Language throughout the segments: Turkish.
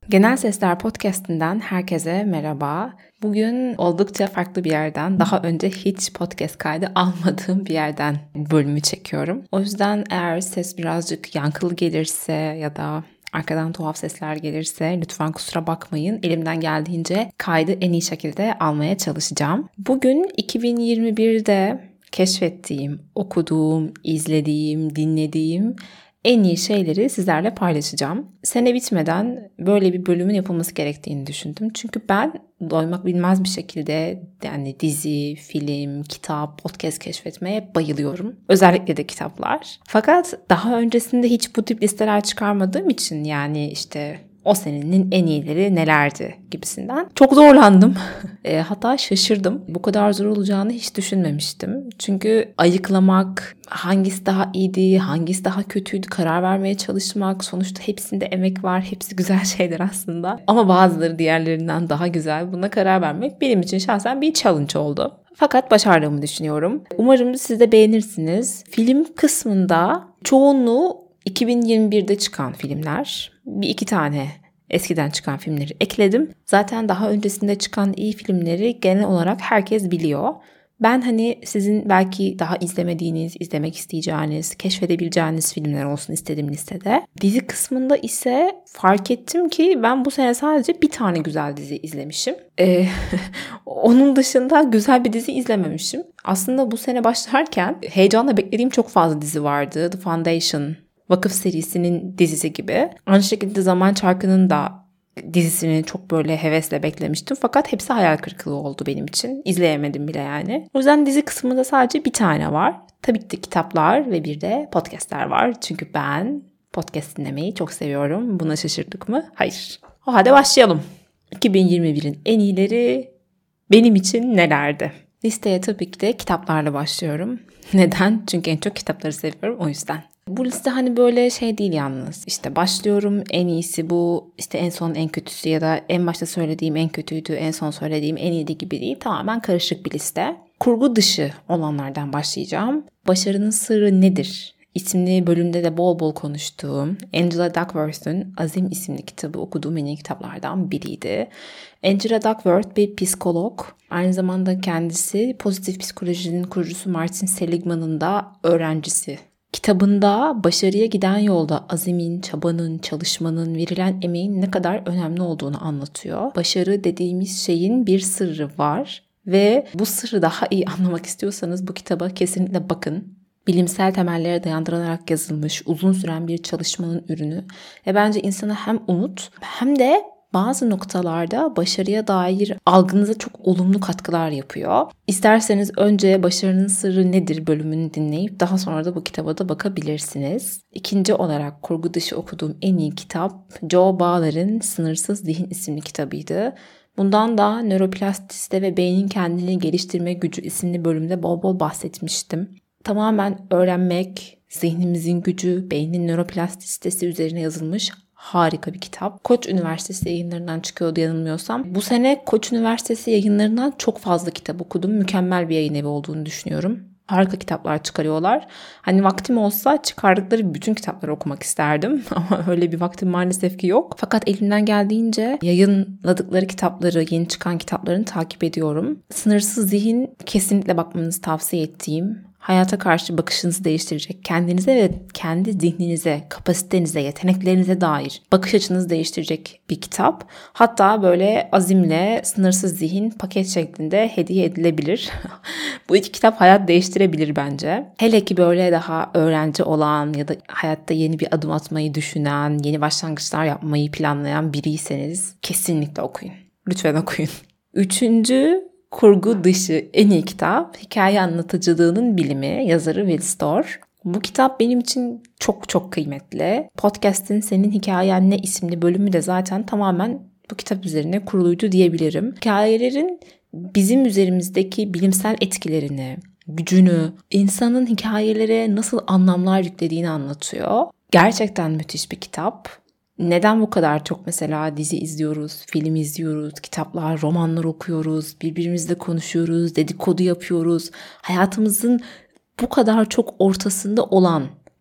Genel Sesler Podcast'inden herkese merhaba. Bugün oldukça farklı bir yerden, daha önce hiç podcast kaydı almadığım bir yerden bölümü çekiyorum. O yüzden eğer ses birazcık yankılı gelirse ya da arkadan tuhaf sesler gelirse lütfen kusura bakmayın. Elimden geldiğince kaydı en iyi şekilde almaya çalışacağım. Bugün 2021'de keşfettiğim, okuduğum, izlediğim, dinlediğim en iyi şeyleri sizlerle paylaşacağım. Sene bitmeden böyle bir bölümün yapılması gerektiğini düşündüm. Çünkü ben doymak bilmez bir şekilde yani dizi, film, kitap, podcast keşfetmeye bayılıyorum. Özellikle de kitaplar. Fakat daha öncesinde hiç bu tip listeler çıkarmadığım için yani işte o senenin en iyileri nelerdi gibisinden çok zorlandım. Hatta şaşırdım. Bu kadar zor olacağını hiç düşünmemiştim. Çünkü ayıklamak, hangisi daha iyiydi, hangisi daha kötüydü karar vermeye çalışmak. Sonuçta hepsinde emek var. Hepsi güzel şeyler aslında. Ama bazıları diğerlerinden daha güzel. Buna karar vermek benim için şahsen bir challenge oldu. Fakat başardığımı düşünüyorum. Umarım siz de beğenirsiniz. Film kısmında çoğunluğu 2021'de çıkan filmler. Bir iki tane eskiden çıkan filmleri ekledim. Zaten daha öncesinde çıkan iyi filmleri genel olarak herkes biliyor. Ben hani sizin belki daha izlemediğiniz, izlemek isteyeceğiniz, keşfedebileceğiniz filmler olsun istedim listede. Dizi kısmında ise fark ettim ki ben bu sene sadece bir tane güzel dizi izlemişim. Onun dışında güzel bir dizi izlememişim. Aslında bu sene başlarken heyecanla beklediğim çok fazla dizi vardı. The Foundation, Vakıf serisinin dizisi gibi. Aynı şekilde Zaman Çarkı'nın da dizisini çok böyle hevesle beklemiştim. Fakat hepsi hayal kırıklığı oldu benim için. İzleyemedim bile yani. O yüzden dizi kısmında sadece bir tane var. Tabii ki de kitaplar ve bir de podcastler var. Çünkü ben podcast dinlemeyi çok seviyorum. Buna şaşırdık mı? Hayır. O halde başlayalım. 2021'in en iyileri benim için nelerdi? Listeye tabii ki de kitaplarla başlıyorum. Neden? Çünkü en çok kitapları seviyorum o yüzden. Bu liste hani böyle şey değil yalnız. İşte başlıyorum en iyisi bu, işte en son en kötüsü ya da en başta söylediğim en kötüydü, en son söylediğim en iyiydi gibi değil. Tamamen karışık bir liste. Kurgu dışı olanlardan başlayacağım. Başarının Sırrı Nedir? İsimli bölümde de bol bol konuştuğum Angela Duckworth'un Azim isimli kitabı okuduğum en iyi kitaplardan biriydi. Angela Duckworth bir psikolog. Aynı zamanda kendisi pozitif psikolojinin kurucusu Martin Seligman'ın da öğrencisi. Kitabında başarıya giden yolda azimin, çabanın, çalışmanın, verilen emeğin ne kadar önemli olduğunu anlatıyor. Başarı dediğimiz şeyin bir sırrı var ve bu sırrı daha iyi anlamak istiyorsanız bu kitaba kesinlikle bakın. Bilimsel temellere dayandırılarak yazılmış, uzun süren bir çalışmanın ürünü ve bence insana hem umut hem de bazı noktalarda başarıya dair algınıza çok olumlu katkılar yapıyor. İsterseniz önce Başarının Sırrı Nedir bölümünü dinleyip daha sonra da bu kitaba da bakabilirsiniz. İkinci olarak kurgu dışı okuduğum en iyi kitap Joe Bauer'ın Sınırsız Zihin isimli kitabıydı. Bundan da Nöroplastisite ve Beynin Kendini Geliştirme Gücü isimli bölümde bol bol bahsetmiştim. Tamamen öğrenmek, zihnimizin gücü, beynin nöroplastisitesi üzerine yazılmış harika bir kitap. Koç Üniversitesi yayınlarından çıkıyordu yanılmıyorsam. Bu sene Koç Üniversitesi yayınlarından çok fazla kitap okudum. Mükemmel bir yayın evi olduğunu düşünüyorum. Harika kitaplar çıkarıyorlar. Hani vaktim olsa çıkardıkları bütün kitapları okumak isterdim. Ama öyle bir vaktim maalesef ki yok. Fakat elimden geldiğince yayınladıkları kitapları, yeni çıkan kitaplarını takip ediyorum. Sınırsız Zihin kesinlikle bakmanızı tavsiye ettiğim, hayata karşı bakışınızı değiştirecek, kendinize ve kendi zihninize, kapasitenize, yeteneklerinize dair bakış açınızı değiştirecek bir kitap. Hatta böyle azimle Sınırsız Zihin paket şeklinde hediye edilebilir. Bu iki kitap hayat değiştirebilir bence. Hele ki böyle daha öğrenci olan ya da hayatta yeni bir adım atmayı düşünen, yeni başlangıçlar yapmayı planlayan biriyseniz kesinlikle okuyun. Lütfen okuyun. Üçüncü kurgu dışı en iyi kitap Hikaye Anlatıcılığının Bilimi, yazarı Will Storr. Bu kitap benim için çok çok kıymetli. Podcast'in Senin Hikayen Ne isimli bölümü de zaten tamamen bu kitap üzerine kuruluydu diyebilirim. Hikayelerin bizim üzerimizdeki bilimsel etkilerini, gücünü, insanın hikayelere nasıl anlamlar yüklediğini anlatıyor. Gerçekten müthiş bir kitap. Neden bu kadar çok mesela dizi izliyoruz, film izliyoruz, kitaplar, romanlar okuyoruz, birbirimizle konuşuyoruz, dedikodu yapıyoruz. Hayatımızın bu kadar çok ortasında olan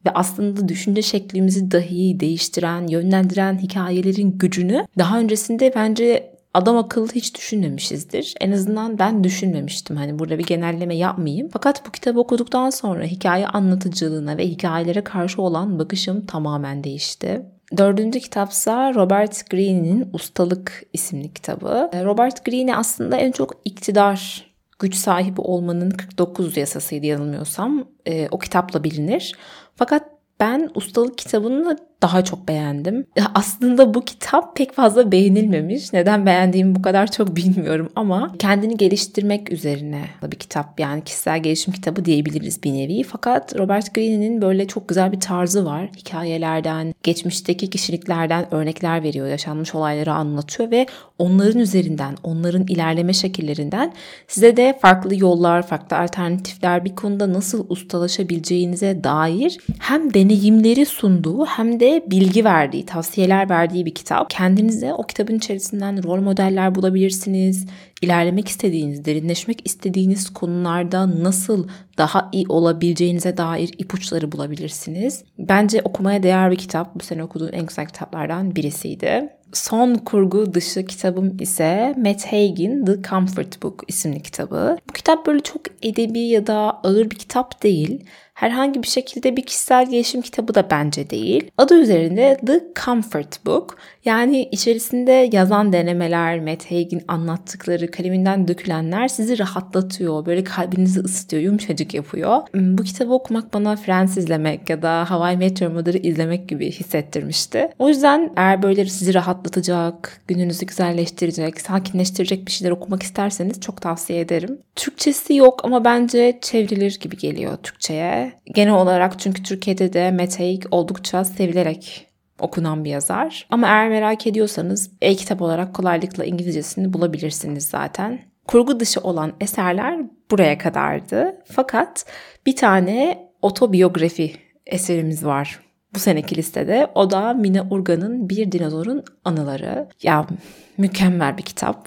ve aslında düşünce şeklimizi dahi değiştiren, yönlendiren hikayelerin gücünü daha öncesinde bence adam akıllı hiç düşünmemişizdir. En azından ben düşünmemiştim. Hani burada bir genelleme yapmayayım. Fakat bu kitabı okuduktan sonra hikaye anlatıcılığına ve hikayelere karşı olan bakışım tamamen değişti. Dördüncü kitapsa Robert Greene'in Ustalık isimli kitabı. Robert Greene aslında en çok iktidar, güç sahibi olmanın 49 yasasıydı yanılmıyorsam. O kitapla bilinir. Fakat ben Ustalık kitabını daha çok beğendim. Aslında bu kitap pek fazla beğenilmemiş. Neden beğendiğimi bu kadar çok bilmiyorum ama kendini geliştirmek üzerine bir kitap. Yani kişisel gelişim kitabı diyebiliriz bir nevi. Fakat Robert Greene'in böyle çok güzel bir tarzı var. Hikayelerden, geçmişteki kişiliklerden örnekler veriyor. Yaşanmış olayları anlatıyor ve onların üzerinden, onların ilerleme şekillerinden size de farklı yollar, farklı alternatifler, bir konuda nasıl ustalaşabileceğinize dair hem deneyimleri sunduğu hem de bilgi verdiği, tavsiyeler verdiği bir kitap. Kendinize o kitabın içerisinden rol modeller bulabilirsiniz. İlerlemek istediğiniz, derinleşmek istediğiniz konularda nasıl daha iyi olabileceğinize dair ipuçları bulabilirsiniz. Bence okumaya değer bir kitap. Bu sene okuduğum en güzel kitaplardan birisiydi. Son kurgu dışı kitabım ise Matt Haig'in The Comfort Book isimli kitabı. Bu kitap böyle çok edebi ya da ağır bir kitap değil. Herhangi bir şekilde bir kişisel gelişim kitabı da bence değil. Adı üzerinde The Comfort Book. Yani içerisinde yazan denemeler, Matt Haig'in anlattıkları, kaleminden dökülenler sizi rahatlatıyor. Böyle kalbinizi ısıtıyor, yumuşacık yapıyor. Bu kitabı okumak bana Friends izlemek ya da How I Met Your Mother'ı izlemek gibi hissettirmişti. O yüzden eğer böyle sizi rahatlatacak, gününüzü güzelleştirecek, sakinleştirecek bir şeyler okumak isterseniz çok tavsiye ederim. Türkçesi yok ama bence çevrilir gibi geliyor Türkçe'ye. Genel olarak çünkü Türkiye'de de Matt Haig oldukça sevilerek okunan bir yazar. Ama eğer merak ediyorsanız e-kitap olarak kolaylıkla İngilizcesini bulabilirsiniz zaten. Kurgu dışı olan eserler buraya kadardı. Fakat bir tane otobiyografi eserimiz var bu seneki listede. O da Mine Urgan'ın Bir Dinozorun Anıları. Ya mükemmel bir kitap.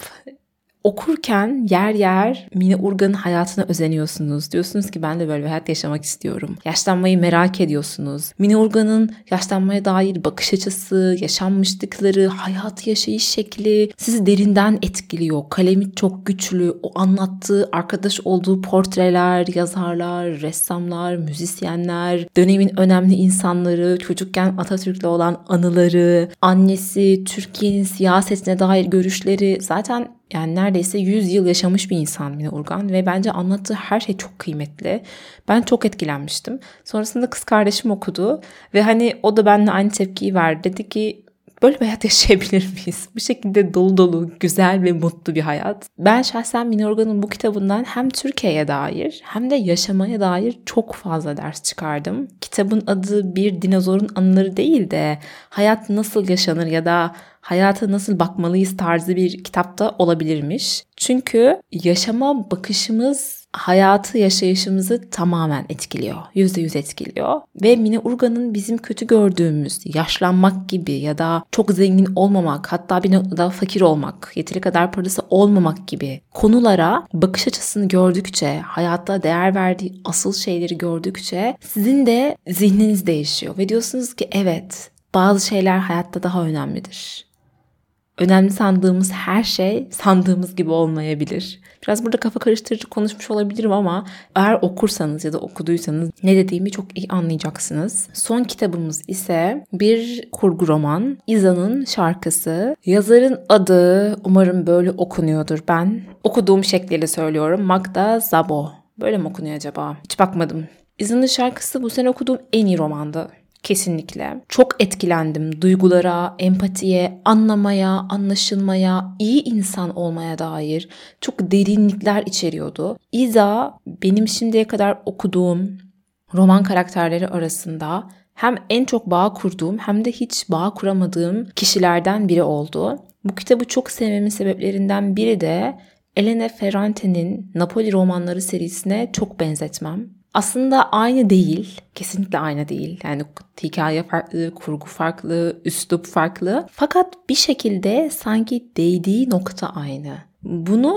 Okurken yer yer Mine Urgan'ın hayatına özeniyorsunuz. Diyorsunuz ki ben de böyle bir hayat yaşamak istiyorum. Yaşlanmayı merak ediyorsunuz. Mine Urgan'ın yaşlanmaya dair bakış açısı, yaşanmışlıkları, hayatı yaşayış şekli sizi derinden etkiliyor. Kalemi çok güçlü. O anlattığı, arkadaş olduğu portreler, yazarlar, ressamlar, müzisyenler, dönemin önemli insanları, çocukken Atatürk'le olan anıları, annesi, Türkiye'nin siyasetine dair görüşleri. Zaten yani neredeyse 100 yıl yaşamış bir insan Mine Urgan ve bence anlattığı her şey çok kıymetli. Ben çok etkilenmiştim. Sonrasında kız kardeşim okudu ve hani o da benimle aynı tepkiyi verdi. Dedi ki böyle bir hayat yaşayabilir miyiz? Bu şekilde dolu dolu, güzel ve mutlu bir hayat. Ben şahsen Mine Urgan'ın bu kitabından hem Türkiye'ye dair hem de yaşamaya dair çok fazla ders çıkardım. Kitabın adı Bir Dinozorun Anıları değil de hayat nasıl yaşanır ya da hayata nasıl bakmalıyız tarzı bir kitapta olabilirmiş. Çünkü yaşama bakışımız hayatı yaşayışımızı tamamen etkiliyor. %100 etkiliyor. Ve Mine Urgan'ın bizim kötü gördüğümüz yaşlanmak gibi ya da çok zengin olmamak, hatta bir noktada fakir olmak, yeteri kadar parası olmamak gibi konulara bakış açısını gördükçe, hayatta değer verdiği asıl şeyleri gördükçe sizin de zihniniz değişiyor. Ve diyorsunuz ki evet, bazı şeyler hayatta daha önemlidir. Önemli sandığımız her şey sandığımız gibi olmayabilir. Biraz burada kafa karıştırıcı konuşmuş olabilirim ama eğer okursanız ya da okuduysanız ne dediğimi çok iyi anlayacaksınız. Son kitabımız ise bir kurgu roman. İza'nın Şarkısı. Yazarın adı umarım böyle okunuyordur. Ben okuduğum şekliyle söylüyorum. Magda Szabo. Böyle mi okunuyor acaba? Hiç bakmadım. İza'nın Şarkısı bu sene okuduğum en iyi romandı. Kesinlikle. Çok etkilendim duygulara, empatiye, anlamaya, anlaşılmaya, iyi insan olmaya dair çok derinlikler içeriyordu. İza benim şimdiye kadar okuduğum roman karakterleri arasında hem en çok bağ kurduğum hem de hiç bağ kuramadığım kişilerden biri oldu. Bu kitabı çok sevmemin sebeplerinden biri de Elena Ferrante'nin Napoli romanları serisine çok benzetmem. Aslında aynı değil, kesinlikle aynı değil. Yani hikaye farklı, kurgu farklı, üslup farklı. Fakat bir şekilde sanki değdiği nokta aynı. Bunu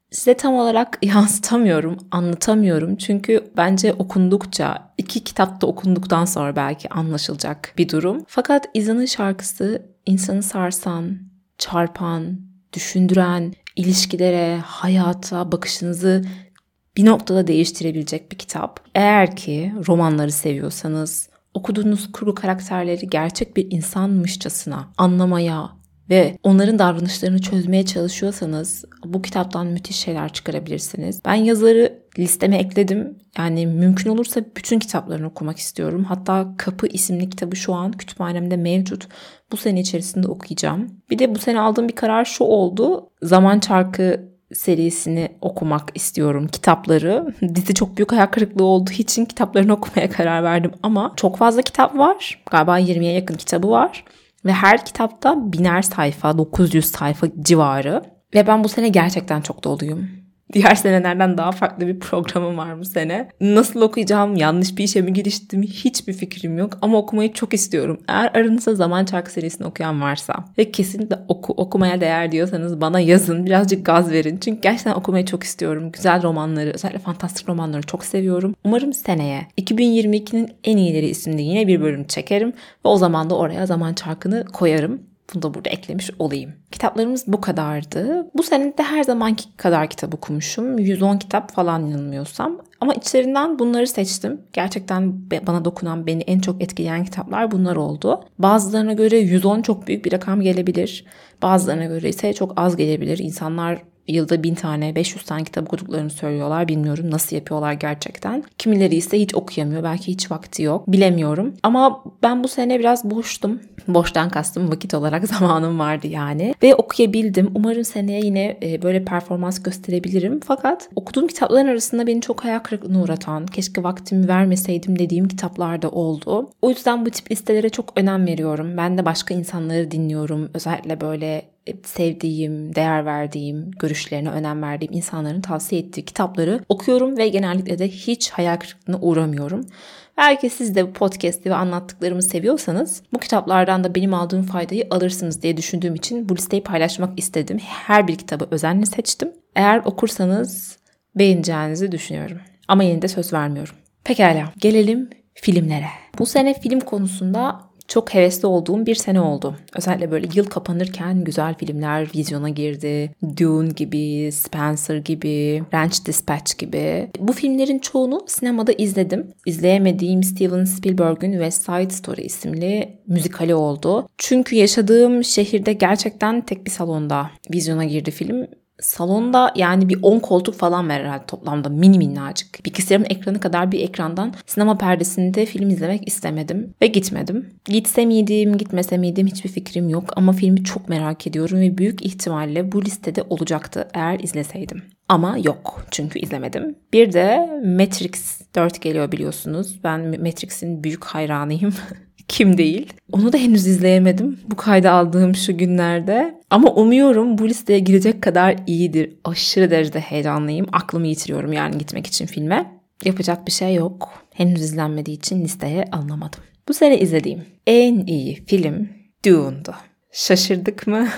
size tam olarak yansıtamıyorum, anlatamıyorum. Çünkü bence okundukça, 2 kitapta okunduktan sonra belki anlaşılacak bir durum. Fakat İza'nın şarkısı insanı sarsan, çarpan, düşündüren, ilişkilere, hayata bakışınızı bir noktada değiştirebilecek bir kitap. Eğer ki romanları seviyorsanız, okuduğunuz kurgu karakterleri gerçek bir insanmışçasına anlamaya ve onların davranışlarını çözmeye çalışıyorsanız bu kitaptan müthiş şeyler çıkarabilirsiniz. Ben yazarı listeme ekledim. Yani mümkün olursa bütün kitaplarını okumak istiyorum. Hatta Kapı isimli kitabı şu an kütüphanemde mevcut. Bu sene içerisinde okuyacağım. Bir de bu sene aldığım bir karar şu oldu. Zaman Çarkı serisini okumak istiyorum, kitapları. Dizi çok büyük hayal kırıklığı olduğu için kitaplarını okumaya karar verdim ama çok fazla kitap var. Galiba 20'ye yakın kitabı var. Ve her kitapta 1000'er sayfa, 900 sayfa civarı. Ve ben bu sene gerçekten çok doluyum. Diğer senelerden daha farklı bir programım var bu sene. Nasıl okuyacağım, yanlış bir işe mi giriştim hiçbir fikrim yok. Ama okumayı çok istiyorum. Eğer aranızda Zaman Çarkı serisini okuyan varsa ve kesinlikle okumaya değer diyorsanız bana yazın. Birazcık gaz verin. Çünkü gerçekten okumayı çok istiyorum. Güzel romanları, özellikle fantastik romanları çok seviyorum. Umarım seneye 2022'nin en iyileri isimli yine bir bölüm çekerim. Ve o zaman da oraya Zaman Çarkı'nı koyarım. Bunu da burada eklemiş olayım. Kitaplarımız bu kadardı. Bu sene de her zamanki kadar kitap okumuşum. 110 kitap falan yanılmıyorsam. Ama içlerinden bunları seçtim. Gerçekten bana dokunan, beni en çok etkileyen kitaplar bunlar oldu. Bazılarına göre 110 çok büyük bir rakam gelebilir. Bazılarına göre ise çok az gelebilir. İnsanlar yılda 1000 tane, 500 tane kitap okuduklarını söylüyorlar. Bilmiyorum nasıl yapıyorlar gerçekten. Kimileri ise hiç okuyamıyor. Belki hiç vakti yok. Bilemiyorum. Ama ben bu sene biraz boştum. Boştan kastım vakit olarak zamanım vardı yani. Ve okuyabildim. Umarım seneye yine böyle performans gösterebilirim. Fakat okuduğum kitapların arasında beni çok hayal kırıklığına uğratan, keşke vaktimi vermeseydim dediğim kitaplar da oldu. O yüzden bu tip listelere çok önem veriyorum. Ben de başka insanları dinliyorum. Özellikle böyle sevdiğim, değer verdiğim, görüşlerine önem verdiğim insanların tavsiye ettiği kitapları okuyorum ve genellikle de hiç hayal kırıklığına uğramıyorum. Belki siz de bu podcast'i ve anlattıklarımı seviyorsanız bu kitaplardan da benim aldığım faydayı alırsınız diye düşündüğüm için bu listeyi paylaşmak istedim. Her bir kitabı özenle seçtim. Eğer okursanız beğeneceğinizi düşünüyorum. Ama yine de söz vermiyorum. Pekala, gelelim filmlere. Bu sene film konusunda çok hevesli olduğum bir sene oldu. Özellikle böyle yıl kapanırken güzel filmler vizyona girdi. Dune gibi, Spencer gibi, French Dispatch gibi. Bu filmlerin çoğunu sinemada izledim. İzleyemediğim Steven Spielberg'ün West Side Story isimli müzikali oldu. Çünkü yaşadığım şehirde gerçekten tek bir salonda vizyona girdi film. Salonda yani bir 10 koltuk falan var herhalde toplamda, mini minnacık. Bilgisayarımın ekranı kadar bir ekrandan sinema perdesinde film izlemek istemedim ve gitmedim. Gitse miydim, gitmese miydim hiçbir fikrim yok ama filmi çok merak ediyorum ve büyük ihtimalle bu listede olacaktı eğer izleseydim. Ama yok çünkü izlemedim. Bir de Matrix 4 geliyor biliyorsunuz. Ben Matrix'in büyük hayranıyım. Kim değil? Onu da henüz izleyemedim bu kaydı aldığım şu günlerde. Ama umuyorum bu listeye girecek kadar iyidir. Aşırı derecede heyecanlıyım. Aklımı yitiriyorum yani gitmek için filme. Yapacak bir şey yok. Henüz izlenmediği için listeye alınamadım. Bu sene izlediğim en iyi film Dune'du. Şaşırdık mı?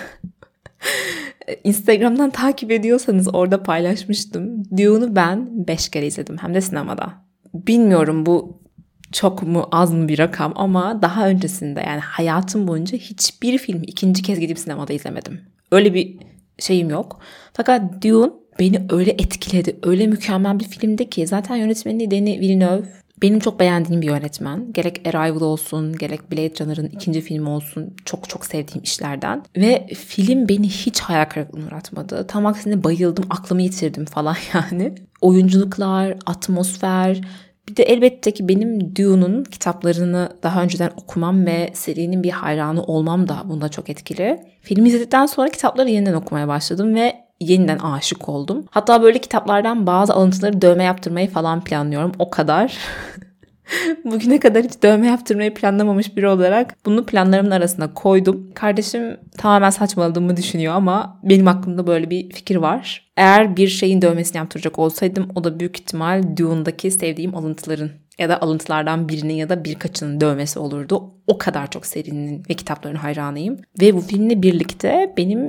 Instagram'dan takip ediyorsanız orada paylaşmıştım. Dune'u ben 5 kere izledim. Hem de sinemada. Bilmiyorum bu çok mu az mı bir rakam ama daha öncesinde yani hayatım boyunca hiçbir filmi ikinci kez gidip sinemada izlemedim. Öyle bir şeyim yok. Fakat Dune beni öyle etkiledi. Öyle mükemmel bir filmdi ki zaten yönetmeni Denis Villeneuve benim çok beğendiğim bir yönetmen. Gerek Arrival olsun, gerek Blade Runner'ın ikinci filmi olsun çok çok sevdiğim işlerden. Ve film beni hiç hayal kırıklığına uğratmadı. Tam aksine bayıldım, aklımı yitirdim falan yani. Oyunculuklar, atmosfer. Bir de elbette ki benim Dune'un kitaplarını daha önceden okumam ve serinin bir hayranı olmam da bunda çok etkili. Filmi izledikten sonra kitapları yeniden okumaya başladım ve yeniden aşık oldum. Hatta böyle kitaplardan bazı alıntıları dövme yaptırmayı falan planlıyorum. O kadar. Bugüne kadar hiç dövme yaptırmayı planlamamış biri olarak bunu planlarımın arasına koydum. Kardeşim tamamen saçmaladığımı düşünüyor ama benim aklımda böyle bir fikir var. Eğer bir şeyin dövmesini yaptıracak olsaydım o da büyük ihtimal Dune'daki sevdiğim alıntıların ya da alıntılardan birinin ya da birkaçının dövmesi olurdu. O kadar çok serinin ve kitapların hayranıyım. Ve bu filmle birlikte benim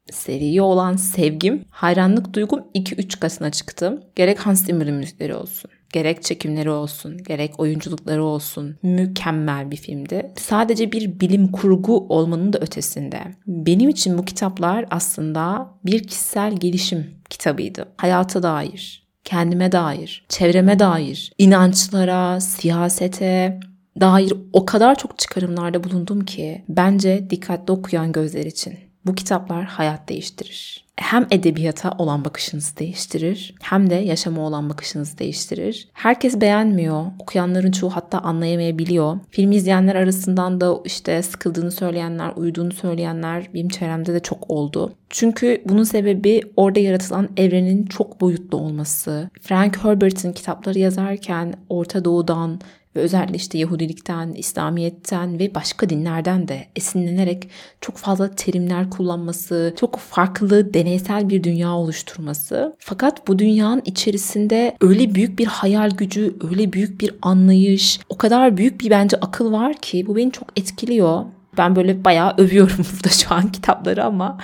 seriye olan sevgim, hayranlık duygum 2-3 katına çıktı. Gerek Hans Zimmer'in müzikleri olsun, gerek çekimleri olsun, gerek oyunculukları olsun, mükemmel bir filmdi. Sadece bir bilim kurgu olmanın da ötesinde. Benim için bu kitaplar aslında bir kişisel gelişim kitabıydı. Hayata dair, kendime dair, çevreme dair, inançlara, siyasete dair o kadar çok çıkarımlarda bulundum ki bence dikkatli okuyan gözler için bu kitaplar hayat değiştirir. Hem edebiyata olan bakışınızı değiştirir, hem de yaşama olan bakışınızı değiştirir. Herkes beğenmiyor, okuyanların çoğu hatta anlayamayabiliyor. Filmi izleyenler arasından da işte sıkıldığını söyleyenler, uyuduğunu söyleyenler benim çevremde de çok oldu. Çünkü bunun sebebi orada yaratılan evrenin çok boyutlu olması. Frank Herbert'in kitapları yazarken Orta Doğu'dan ve özellikle işte Yahudilikten, İslamiyet'ten ve başka dinlerden de esinlenerek çok fazla terimler kullanması, çok farklı deneysel bir dünya oluşturması. Fakat bu dünyanın içerisinde öyle büyük bir hayal gücü, öyle büyük bir anlayış, o kadar büyük bir bence akıl var ki bu beni çok etkiliyor. Ben böyle bayağı övüyorum burada şu an kitapları ama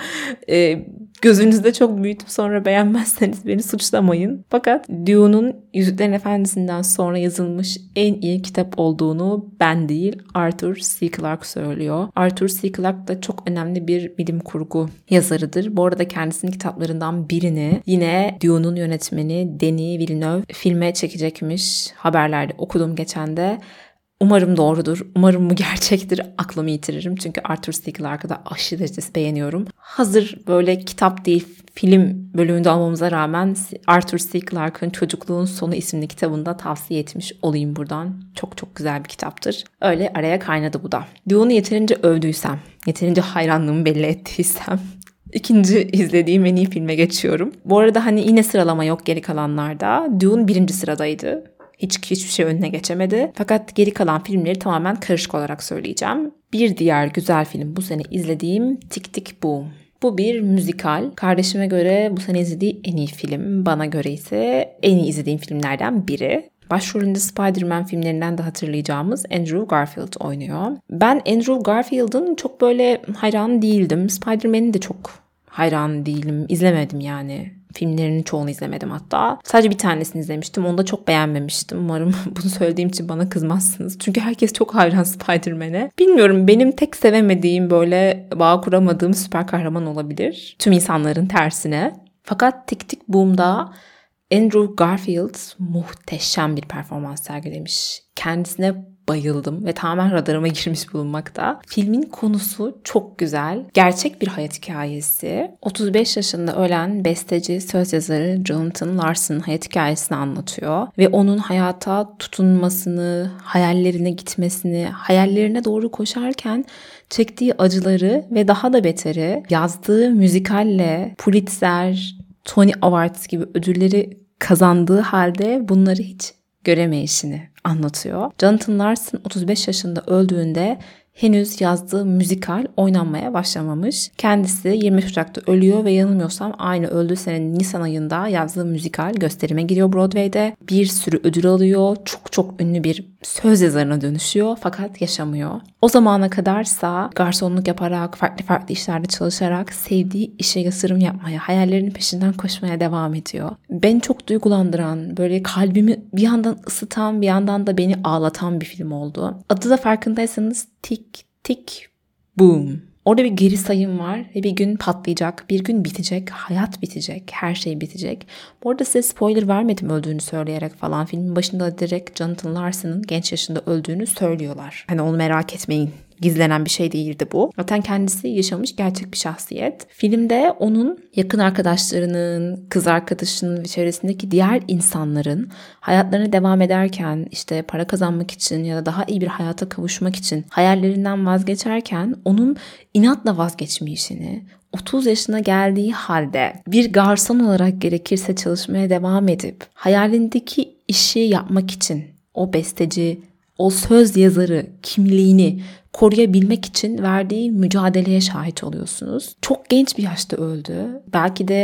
gözünüzde çok büyütüp sonra beğenmezseniz beni suçlamayın. Fakat Dune'un Yüzüklerin Efendisi'nden sonra yazılmış en iyi kitap olduğunu ben değil Arthur C. Clarke söylüyor. Arthur C. Clarke da çok önemli bir bilim kurgu yazarıdır. Bu arada kendisinin kitaplarından birini yine Dune'un yönetmeni Denis Villeneuve filme çekecekmiş. Haberlerde okudum geçen de. Umarım doğrudur. Umarım bu gerçektir. Aklımı yitiririm. Çünkü Arthur C. Clarke'ı da aşırı derecesi beğeniyorum. Hazır böyle kitap değil film bölümünde olmamıza rağmen Arthur C. Clarke'ın Çocukluğun Sonu isimli kitabını da tavsiye etmiş olayım buradan. Çok çok güzel bir kitaptır. Öyle araya kaynadı bu da. Dune'u yeterince övdüysem, yeterince hayranlığımı belli ettiysem İkinci izlediğim en iyi filme geçiyorum. Bu arada hani yine sıralama yok geri kalanlarda. Dune 1. sıradaydı. Hiçbir şey önüne geçemedi. Fakat geri kalan filmleri tamamen karışık olarak söyleyeceğim. Bir diğer güzel film bu sene izlediğim Tick Tick Boom. Bu bir müzikal. Kardeşime göre bu sene izlediği en iyi film. Bana göre ise en iyi izlediğim filmlerden biri. Başrolünde Spider-Man filmlerinden de hatırlayacağımız Andrew Garfield oynuyor. Ben Andrew Garfield'ın çok böyle hayran değildim. Spider-Man'in de çok hayran değilim. İzlemedim yani. Filmlerinin çoğunu izlemedim hatta. Sadece bir tanesini izlemiştim. Onu da çok beğenmemiştim. Umarım bunu söylediğim için bana kızmazsınız. Çünkü herkes çok hayran Spider-Man'e. Bilmiyorum, benim tek sevemediğim, böyle bağ kuramadığım süper kahraman olabilir. Tüm insanların tersine. Fakat Tick Tick Boom'da Andrew Garfield muhteşem bir performans sergilemiş. Kendisine bayıldım ve tamamen radarıma girmiş bulunmakta. Filmin konusu çok güzel. Gerçek bir hayat hikayesi. 35 yaşında ölen besteci, söz yazarı Jonathan Larson'ın hayat hikayesini anlatıyor. Ve onun hayata tutunmasını, hayallerine gitmesini, hayallerine doğru koşarken çektiği acıları ve daha da beteri yazdığı müzikalle Pulitzer, Tony Awards gibi ödülleri kazandığı halde bunları hiç göremeyişini anlatıyor. Jonathan Larson 35 yaşında öldüğünde henüz yazdığı müzikal oynanmaya başlamamış. Kendisi 25 Ocak'ta ölüyor ve yanılmıyorsam aynı öldüğü senenin Nisan ayında yazdığı müzikal gösterime giriyor Broadway'de. Bir sürü ödül alıyor. Çok çok ünlü bir söz yazarına dönüşüyor fakat yaşamıyor. O zamana kadarsa garsonluk yaparak, farklı işlerde çalışarak sevdiği işe yatırım yapmaya, hayallerinin peşinden koşmaya devam ediyor. Beni çok duygulandıran, böyle kalbimi bir yandan ısıtan, bir yandan da beni ağlatan bir film oldu. Adı da farkındaysanız Tick Tick Boom. Orada bir geri sayım var ve bir gün patlayacak, bir gün bitecek, hayat bitecek, her şey bitecek. Bu arada size spoiler vermedim öldüğünü söyleyerek falan. Filmin başında direkt Jonathan Larson'ın genç yaşında öldüğünü söylüyorlar. Hani onu merak etmeyin. Gizlenen bir şey değildi bu. Zaten kendisi yaşamış gerçek bir şahsiyet. Filmde onun yakın arkadaşlarının, kız arkadaşının ve çevresindeki diğer insanların hayatlarına devam ederken işte para kazanmak için ya da daha iyi bir hayata kavuşmak için hayallerinden vazgeçerken onun inatla vazgeçmeyişini, 30 yaşına geldiği halde bir garson olarak gerekirse çalışmaya devam edip hayalindeki işi yapmak için o besteci, o söz yazarı kimliğini koruyabilmek için verdiği mücadeleye şahit oluyorsunuz. Çok genç bir yaşta öldü. Belki de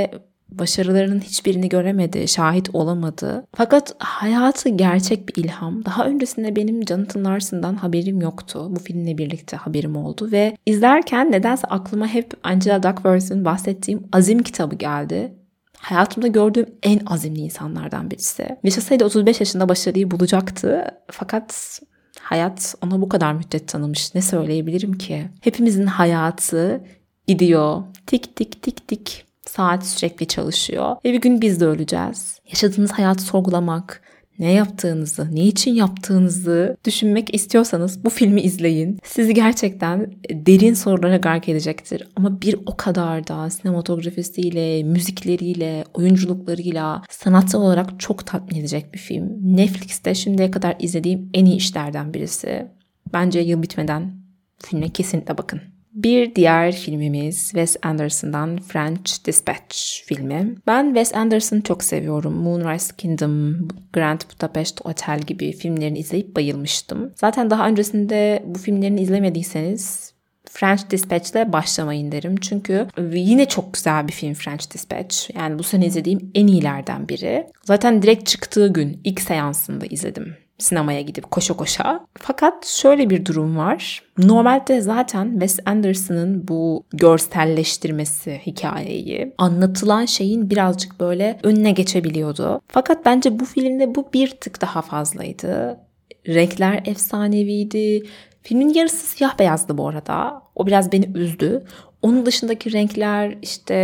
Başarılarının hiçbirini göremedi, şahit olamadı. Fakat hayatı gerçek bir ilham. Daha öncesinde benim Jonathan Larson'dan haberim yoktu. Bu filmle birlikte haberim oldu ve izlerken nedense aklıma hep Angela Duckworth'un bahsettiğim Azim kitabı geldi. Hayatımda gördüğüm en azimli insanlardan birisi. Yaşasaydı 35 yaşında başarıyı bulacaktı. Fakat hayat ona bu kadar müddet tanımış. Ne söyleyebilirim ki? Hepimizin hayatı gidiyor. Tik tik tik tik. Saat sürekli çalışıyor. Ve bir gün biz de öleceğiz. Yaşadığınız hayatı sorgulamak, ne yaptığınızı, ne için yaptığınızı düşünmek istiyorsanız bu filmi izleyin. Sizi gerçekten derin sorulara gark edecektir. Ama bir o kadar da sinematografisiyle, müzikleriyle, oyunculuklarıyla sanatsal olarak çok tatmin edecek bir film. Netflix'te şimdiye kadar izlediğim en iyi işlerden birisi. Bence yıl bitmeden filme kesinlikle bakın. Bir diğer filmimiz Wes Anderson'dan French Dispatch filmi. Ben Wes Anderson'ı çok seviyorum. Moonrise Kingdom, Grand Budapest Hotel gibi filmlerini izleyip bayılmıştım. Zaten daha öncesinde bu filmlerini izlemediyseniz French Dispatch'le başlamayın derim. Çünkü yine çok güzel bir film French Dispatch. Yani bu sene izlediğim en iyilerden biri. Zaten direkt çıktığı gün ilk seansında izledim. Sinemaya gidip koşa koşa. Fakat şöyle bir durum var. Normalde zaten Wes Anderson'ın bu görselleştirmesi hikayeyi, anlatılan şeyin birazcık böyle önüne geçebiliyordu. Fakat bence bu filmde bu bir tık daha fazlaydı. Renkler efsaneviydi. Filmin yarısı siyah beyazdı bu arada. O biraz beni üzdü. Onun dışındaki renkler,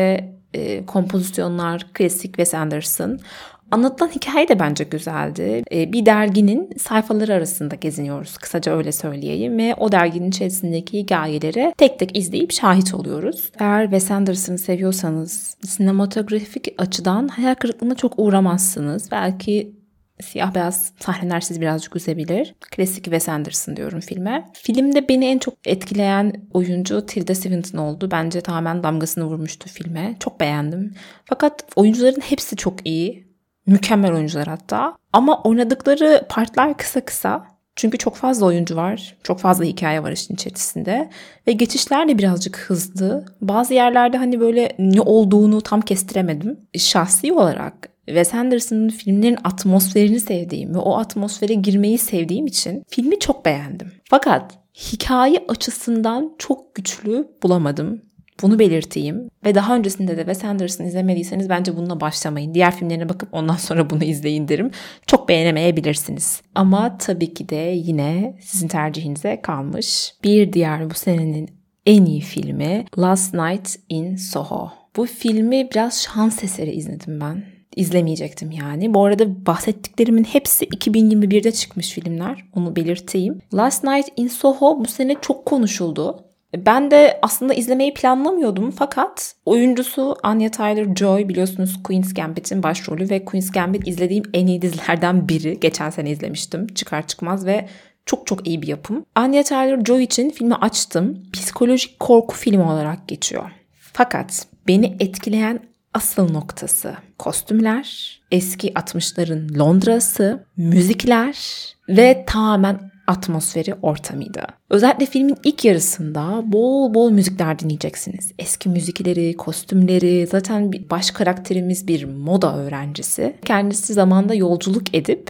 kompozisyonlar, klasik Wes Anderson. Anlatılan hikaye de bence güzeldi. Bir derginin sayfaları arasında geziniyoruz. Kısaca öyle söyleyeyim. Ve o derginin içerisindeki hikayeleri tek tek izleyip şahit oluyoruz. Eğer Wes Anderson'ı seviyorsanız sinematografik açıdan hayal kırıklığına çok uğramazsınız. Belki siyah beyaz sahneler sizi birazcık üzebilir. Klasik Wes Anderson diyorum filme. Filmde beni en çok etkileyen oyuncu Tilda Swinton oldu. Bence tamamen damgasını vurmuştu filme. Çok beğendim. Fakat oyuncuların hepsi çok iyi. Mükemmel oyuncular hatta. Ama oynadıkları partlar kısa kısa. Çünkü çok fazla oyuncu var. Çok fazla hikaye var işin içerisinde. Ve geçişler de birazcık hızlı. Bazı yerlerde hani böyle ne olduğunu tam kestiremedim. Şahsi olarak Wes Anderson'ın filmlerin atmosferini sevdiğim ve o atmosfere girmeyi sevdiğim için filmi çok beğendim. Fakat hikaye açısından çok güçlü bulamadım. Bunu belirteyim. Ve daha öncesinde de Wes Anderson izlemediyseniz bence bununla başlamayın. Diğer filmlerine bakıp ondan sonra bunu izleyin derim. Çok beğenemeyebilirsiniz. Ama tabii ki de yine sizin tercihinize kalmış. Bir diğer bu senenin en iyi filmi Last Night in Soho. Bu filmi biraz şans eseri izledim ben. İzlemeyecektim yani. Bu arada bahsettiklerimin hepsi 2021'de çıkmış filmler. Onu belirteyim. Last Night in Soho bu sene çok konuşuldu. Ben de aslında izlemeyi planlamıyordum fakat oyuncusu Anya Taylor-Joy, biliyorsunuz Queen's Gambit'in başrolü ve Queen's Gambit izlediğim en iyi dizilerden biri. Geçen sene izlemiştim çıkar çıkmaz ve çok çok iyi bir yapım. Anya Taylor-Joy için filmi açtım. Psikolojik korku filmi olarak geçiyor. Fakat beni etkileyen asıl noktası kostümler, eski 60'ların Londra'sı, müzikler ve tamamen atmosferi, ortamıydı. Özellikle filmin ilk yarısında bol bol müzikler dinleyeceksiniz. Eski müzikleri, kostümleri, zaten baş karakterimiz bir moda öğrencisi. Kendisi zamanda yolculuk edip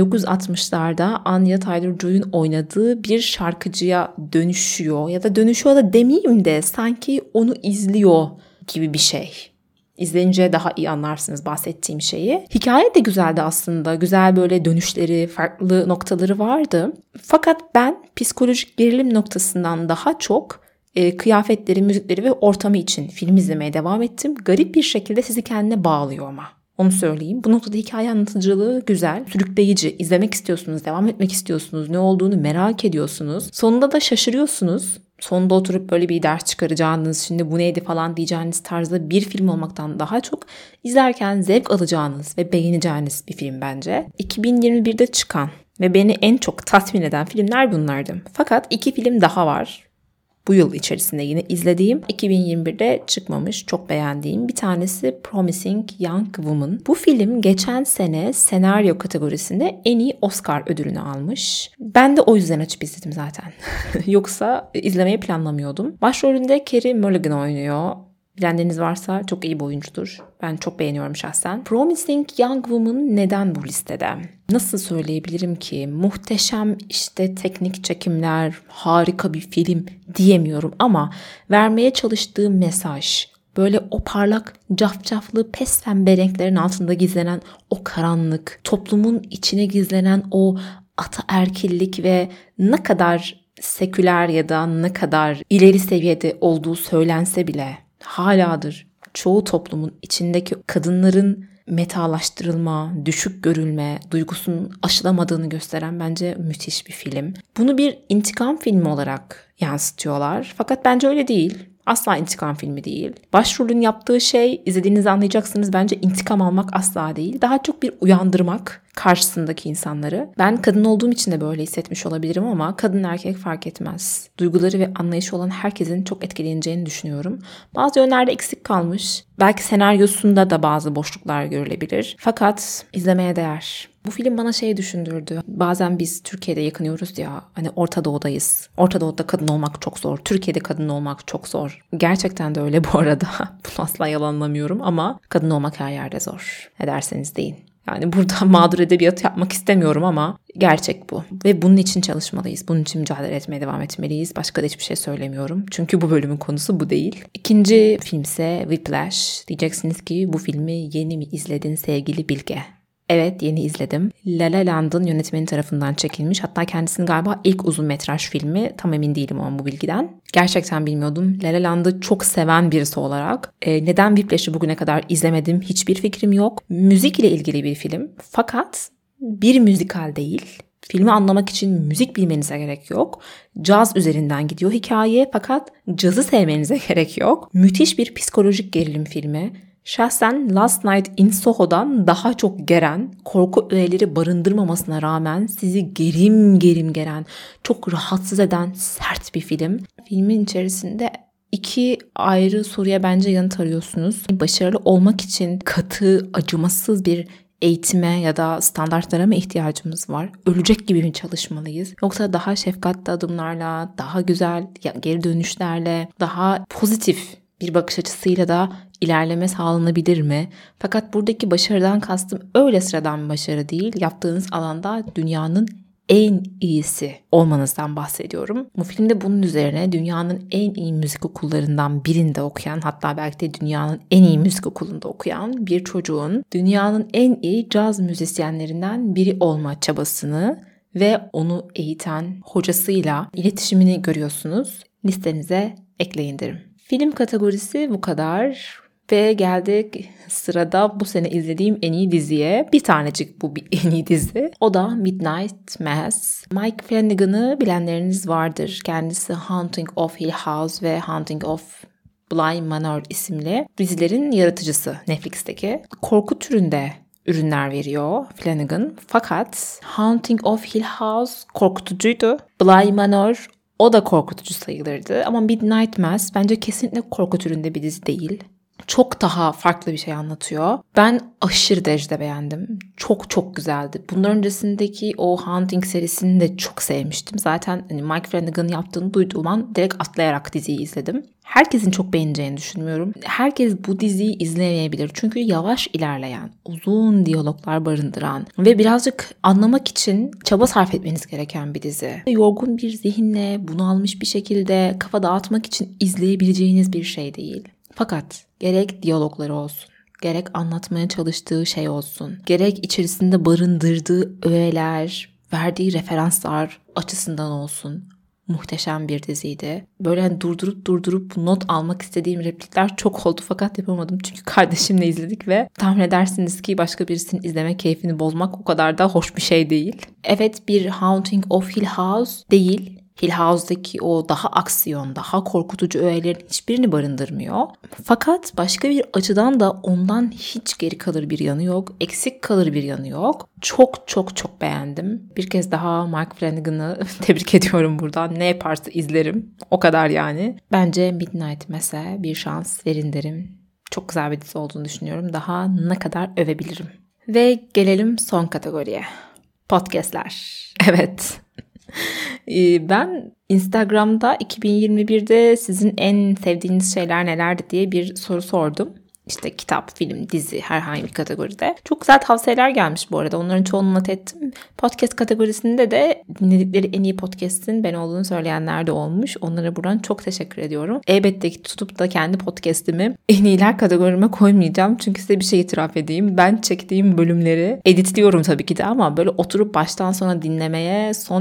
1960'larda Anya Taylor-Joy'un oynadığı bir şarkıcıya dönüşüyor. Ya da dönüşüyor da demeyeyim de sanki onu izliyor gibi bir şey. İzleyince daha iyi anlarsınız bahsettiğim şeyi. Hikaye de güzeldi aslında. Güzel böyle dönüşleri, farklı noktaları vardı. Fakat ben psikolojik gerilim noktasından daha çok kıyafetleri, müzikleri ve ortamı için film izlemeye devam ettim. Garip bir şekilde sizi kendine bağlıyor ama. Onu söyleyeyim. Bu noktada hikaye anlatıcılığı güzel, sürükleyici. İzlemek istiyorsunuz, devam etmek istiyorsunuz, ne olduğunu merak ediyorsunuz. Sonunda da şaşırıyorsunuz. Sonunda oturup böyle bir ders çıkaracağınız, şimdi bu neydi falan diyeceğiniz tarzda bir film olmaktan daha çok izlerken zevk alacağınız ve beğeneceğiniz bir film bence. 2021'de çıkan ve beni en çok tatmin eden filmler bunlardı. Fakat 2 film daha var. Bu yıl içerisinde yine izlediğim, 2021'de çıkmamış, çok beğendiğim bir tanesi Promising Young Woman. Bu film geçen sene senaryo kategorisinde en iyi Oscar ödülünü almış. Ben de o yüzden açıp izledim zaten. Yoksa izlemeyi planlamıyordum. Başrolünde Carey Mulligan oynuyor. Bilenleriniz varsa çok iyi bir oyuncudur. Ben çok beğeniyorum şahsen. Promising Young Woman neden bu listede? Nasıl söyleyebilirim ki? Muhteşem işte teknik çekimler, harika bir film diyemiyorum ama vermeye çalıştığı mesaj, böyle o parlak, cafcaflı, pes pembe renklerin altında gizlenen o karanlık, toplumun içine gizlenen o ataerkillik ve ne kadar seküler ya da ne kadar ileri seviyede olduğu söylense bile haladır çoğu toplumun içindeki kadınların metalaştırılma, düşük görülme duygusunun aşılamadığını gösteren bence müthiş bir film. Bunu bir intikam filmi olarak yansıtıyorlar. Fakat bence öyle değil. Asla intikam filmi değil. Başrolün yaptığı şey, izlediğinizi anlayacaksınız, bence intikam almak asla değil. Daha çok bir uyandırmak karşısındaki insanları. Ben kadın olduğum için de böyle hissetmiş olabilirim ama kadın erkek fark etmez. Duyguları ve anlayışı olan herkesin çok etkileneceğini düşünüyorum. Bazı yönlerde eksik kalmış. Belki senaryosunda da bazı boşluklar görülebilir. Fakat izlemeye değer. Bu film bana şey düşündürdü. Bazen biz Türkiye'de yakınıyoruz ya, hani Orta Doğu'dayız. Orta Doğu'da kadın olmak çok zor. Türkiye'de kadın olmak çok zor. Gerçekten de öyle bu arada. Bunu asla yalanlamıyorum ama kadın olmak her yerde zor. Ne derseniz deyin. Yani burada mağdur edebiyatı yapmak istemiyorum ama gerçek bu. Ve bunun için çalışmalıyız. Bunun için mücadele etmeye devam etmeliyiz. Başka da hiçbir şey söylemiyorum. Çünkü bu bölümün konusu bu değil. İkinci filmse Whiplash. Diyeceksiniz ki bu filmi yeni mi izledin sevgili Bilge? Evet, yeni izledim. La La Land'ın yönetmeni tarafından çekilmiş. Hatta kendisinin galiba ilk uzun metraj filmi. Tam emin değilim ama bu bilgiden. Gerçekten bilmiyordum. La La Land'ı çok seven birisi olarak. Neden Whiplash'ı bugüne kadar izlemedim hiçbir fikrim yok. Müzikle ilgili bir film. Fakat bir müzikal değil. Filmi anlamak için müzik bilmenize gerek yok. Caz üzerinden gidiyor hikaye fakat cazı sevmenize gerek yok. Müthiş bir psikolojik gerilim filmi. Şahsen Last Night in Soho'dan daha çok geren, korku öğeleri barındırmamasına rağmen sizi gerim gerim geren, çok rahatsız eden sert bir film. Filmin içerisinde iki ayrı soruya bence yanıt arıyorsunuz. Başarılı olmak için katı, acımasız bir eğitime ya da standartlara mı ihtiyacımız var? Ölecek gibi mi çalışmalıyız? Yoksa daha şefkatli adımlarla, daha güzel geri dönüşlerle, daha pozitif bir bakış açısıyla da ilerleme sağlanabilir mi? Fakat buradaki başarıdan kastım öyle sıradan bir başarı değil. Yaptığınız alanda dünyanın en iyisi olmanızdan bahsediyorum. Bu filmde bunun üzerine dünyanın en iyi müzik okullarından birinde okuyan, hatta belki de dünyanın en iyi müzik okulunda okuyan bir çocuğun dünyanın en iyi caz müzisyenlerinden biri olma çabasını ve onu eğiten hocasıyla iletişimini görüyorsunuz. Listenize ekleyin derim. Film kategorisi bu kadar ve geldik sırada bu sene izlediğim en iyi diziye. Bir tanecik bu bir en iyi dizi. O da Midnight Mass. Mike Flanagan'ı bilenleriniz vardır. Kendisi Haunting of Hill House ve Haunting of Bly Manor isimli dizilerin yaratıcısı Netflix'teki. Korku türünde ürünler veriyor Flanagan. Fakat Haunting of Hill House korkutucuydu. Bly Manor o da korkutucu sayılırdı ama Midnight Mass bence kesinlikle korku türünde bir dizi değil. Çok daha farklı bir şey anlatıyor. Ben aşırı derecede beğendim. Çok çok güzeldi. Bundan öncesindeki o Haunting serisini de çok sevmiştim. Zaten hani Mike Flanagan'ın yaptığını duyduğum an direkt atlayarak diziyi izledim. Herkesin çok beğeneceğini düşünmüyorum. Herkes bu diziyi izlemeyebilir. Çünkü yavaş ilerleyen, uzun diyaloglar barındıran ve birazcık anlamak için çaba sarf etmeniz gereken bir dizi. Yorgun bir zihinle, bunalmış bir şekilde kafa dağıtmak için izleyebileceğiniz bir şey değil. Fakat gerek diyalogları olsun, gerek anlatmaya çalıştığı şey olsun, gerek içerisinde barındırdığı öğeler, verdiği referanslar açısından olsun muhteşem bir diziydi. Böyle hani durdurup not almak istediğim replikler çok oldu fakat yapamadım. Çünkü kardeşimle izledik ve tahmin edersiniz ki başka birisinin izleme keyfini bozmak o kadar da hoş bir şey değil. Evet, bir Haunting of Hill House değil. Hill House'daki o daha aksiyon, daha korkutucu öğelerin hiçbirini barındırmıyor. Fakat başka bir açıdan da ondan hiç geri kalır bir yanı yok. Eksik kalır bir yanı yok. Çok çok çok beğendim. Bir kez daha Mike Flanagan'ı tebrik ediyorum buradan. Ne yaparsa izlerim. O kadar yani. Bence Midnight Mass'e bir şans verin derim. Çok güzel bir dizi olduğunu düşünüyorum. Daha ne kadar övebilirim. Ve gelelim son kategoriye. Podcast'ler. Evet. Ben Instagram'da 2021'de sizin en sevdiğiniz şeyler nelerdi diye bir soru sordum. İşte kitap, film, dizi, herhangi bir kategoride. Çok güzel tavsiyeler gelmiş bu arada. Onların çoğunu not ettim. Podcast kategorisinde de dinledikleri en iyi podcast'in ben olduğunu söyleyenler de olmuş. Onlara buradan çok teşekkür ediyorum. Elbette ki tutup da kendi podcast'imi en iyiler kategorime koymayacağım. Çünkü size bir şey itiraf edeyim. Ben çektiğim bölümleri editliyorum tabii ki de ama böyle oturup baştan sona dinlemeye son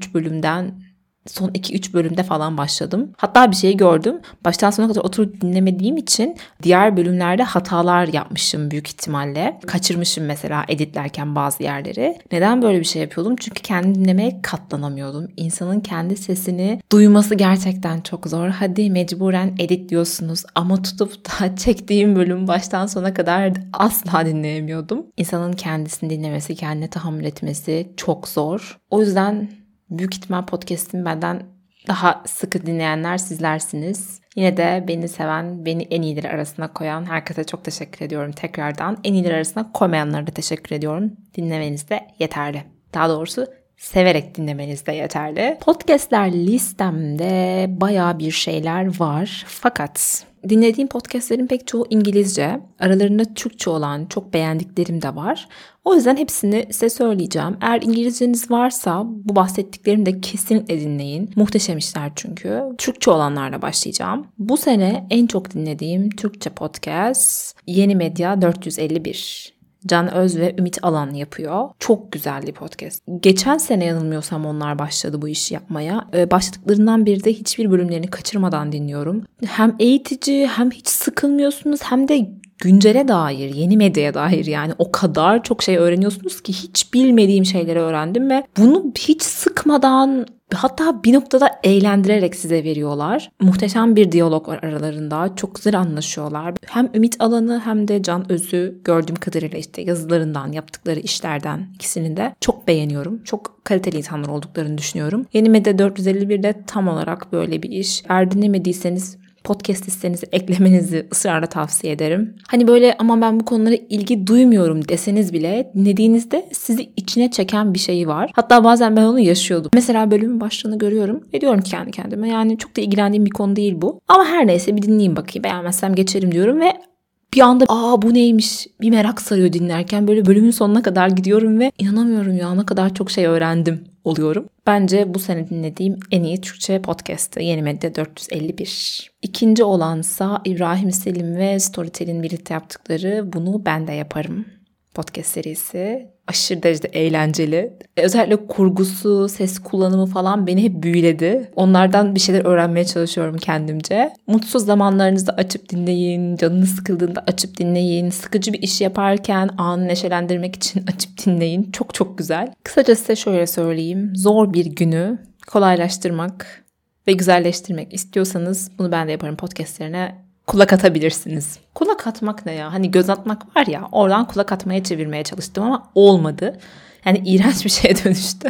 2-3 bölümde falan başladım. Hatta bir şey gördüm. Baştan sona kadar oturup dinlemediğim için diğer bölümlerde hatalar yapmışım büyük ihtimalle. Kaçırmışım mesela editlerken bazı yerleri. Neden böyle bir şey yapıyordum? Çünkü kendi dinlemeye katlanamıyordum. İnsanın kendi sesini duyması gerçekten çok zor. Hadi mecburen editliyorsunuz ama tutup da çektiğim bölüm baştan sona kadar asla dinleyemiyordum. İnsanın kendisini dinlemesi, kendine tahammül etmesi çok zor. O yüzden büyük ihtimal podcast'imi benden daha sıkı dinleyenler sizlersiniz. Yine de beni seven, beni en iyileri arasına koyan herkese çok teşekkür ediyorum tekrardan. En iyileri arasına koymayanlara da teşekkür ediyorum. Dinlemeniz de yeterli. Daha doğrusu severek dinlemeniz de yeterli. Podcast'ler listemde bayağı bir şeyler var. Fakat dinlediğim podcastlerin pek çoğu İngilizce. Aralarında Türkçe olan çok beğendiklerim de var. O yüzden hepsini size söyleyeceğim. Eğer İngilizceniz varsa bu bahsettiklerimi de kesinlikle dinleyin. Muhteşem işler çünkü. Türkçe olanlarla başlayacağım. Bu sene en çok dinlediğim Türkçe podcast Yeni Medya 451. Can Öz ve Ümit Alan yapıyor. Çok güzel bir podcast. Geçen sene yanılmıyorsam onlar başladı bu işi yapmaya. Başladıklarından beri de hiçbir bölümlerini kaçırmadan dinliyorum. Hem eğitici hem hiç sıkılmıyorsunuz hem de güncele dair, yeni medyaya dair yani o kadar çok şey öğreniyorsunuz ki hiç bilmediğim şeyleri öğrendim ve bunu hiç sıkmadan hatta bir noktada eğlendirerek size veriyorlar. Muhteşem bir diyalog var aralarında. Çok güzel anlaşıyorlar. Hem Ümit Alan'ı hem de Can Öz'ü gördüğüm kadarıyla işte yazılarından, yaptıkları işlerden ikisini de çok beğeniyorum. Çok kaliteli insanlar olduklarını düşünüyorum. Yeni Medya 451'de tam olarak böyle bir iş. Eğer dinlemediyseniz podcast listenize eklemenizi ısrarla tavsiye ederim. Hani böyle ama ben bu konulara ilgi duymuyorum deseniz bile dinlediğinizde sizi içine çeken bir şey var. Hatta bazen ben onu yaşıyordum. Mesela bölümün başlığını görüyorum ve diyorum ki kendi kendime yani çok da ilgilendiğim bir konu değil bu. Ama her neyse bir dinleyeyim bakayım, beğenmezsem geçerim diyorum ve bir anda bu neymiş bir merak sarıyor dinlerken böyle bölümün sonuna kadar gidiyorum ve inanamıyorum ya ne kadar çok şey öğrendim oluyorum. Bence bu sene dinlediğim en iyi Türkçe podcast'ı Yeni Medya 451. İkinci olansa İbrahim Selim ve Storytel'in birlikte yaptıkları Bunu Ben de Yaparım podcast serisi. Aşırı derecede eğlenceli. Özellikle kurgusu, ses kullanımı falan beni hep büyüledi. Onlardan bir şeyler öğrenmeye çalışıyorum kendimce. Mutsuz zamanlarınızda açıp dinleyin. Canınız sıkıldığında açıp dinleyin. Sıkıcı bir iş yaparken anı neşelendirmek için açıp dinleyin. Çok çok güzel. Kısaca size şöyle söyleyeyim. Zor bir günü kolaylaştırmak ve güzelleştirmek istiyorsanız Bunu Ben de Yaparım podcastlerine kulak atabilirsiniz. Kulak atmak ne ya? Hani göz atmak var ya, oradan kulak atmaya çevirmeye çalıştım ama olmadı. Yani iğrenç bir şeye dönüştü.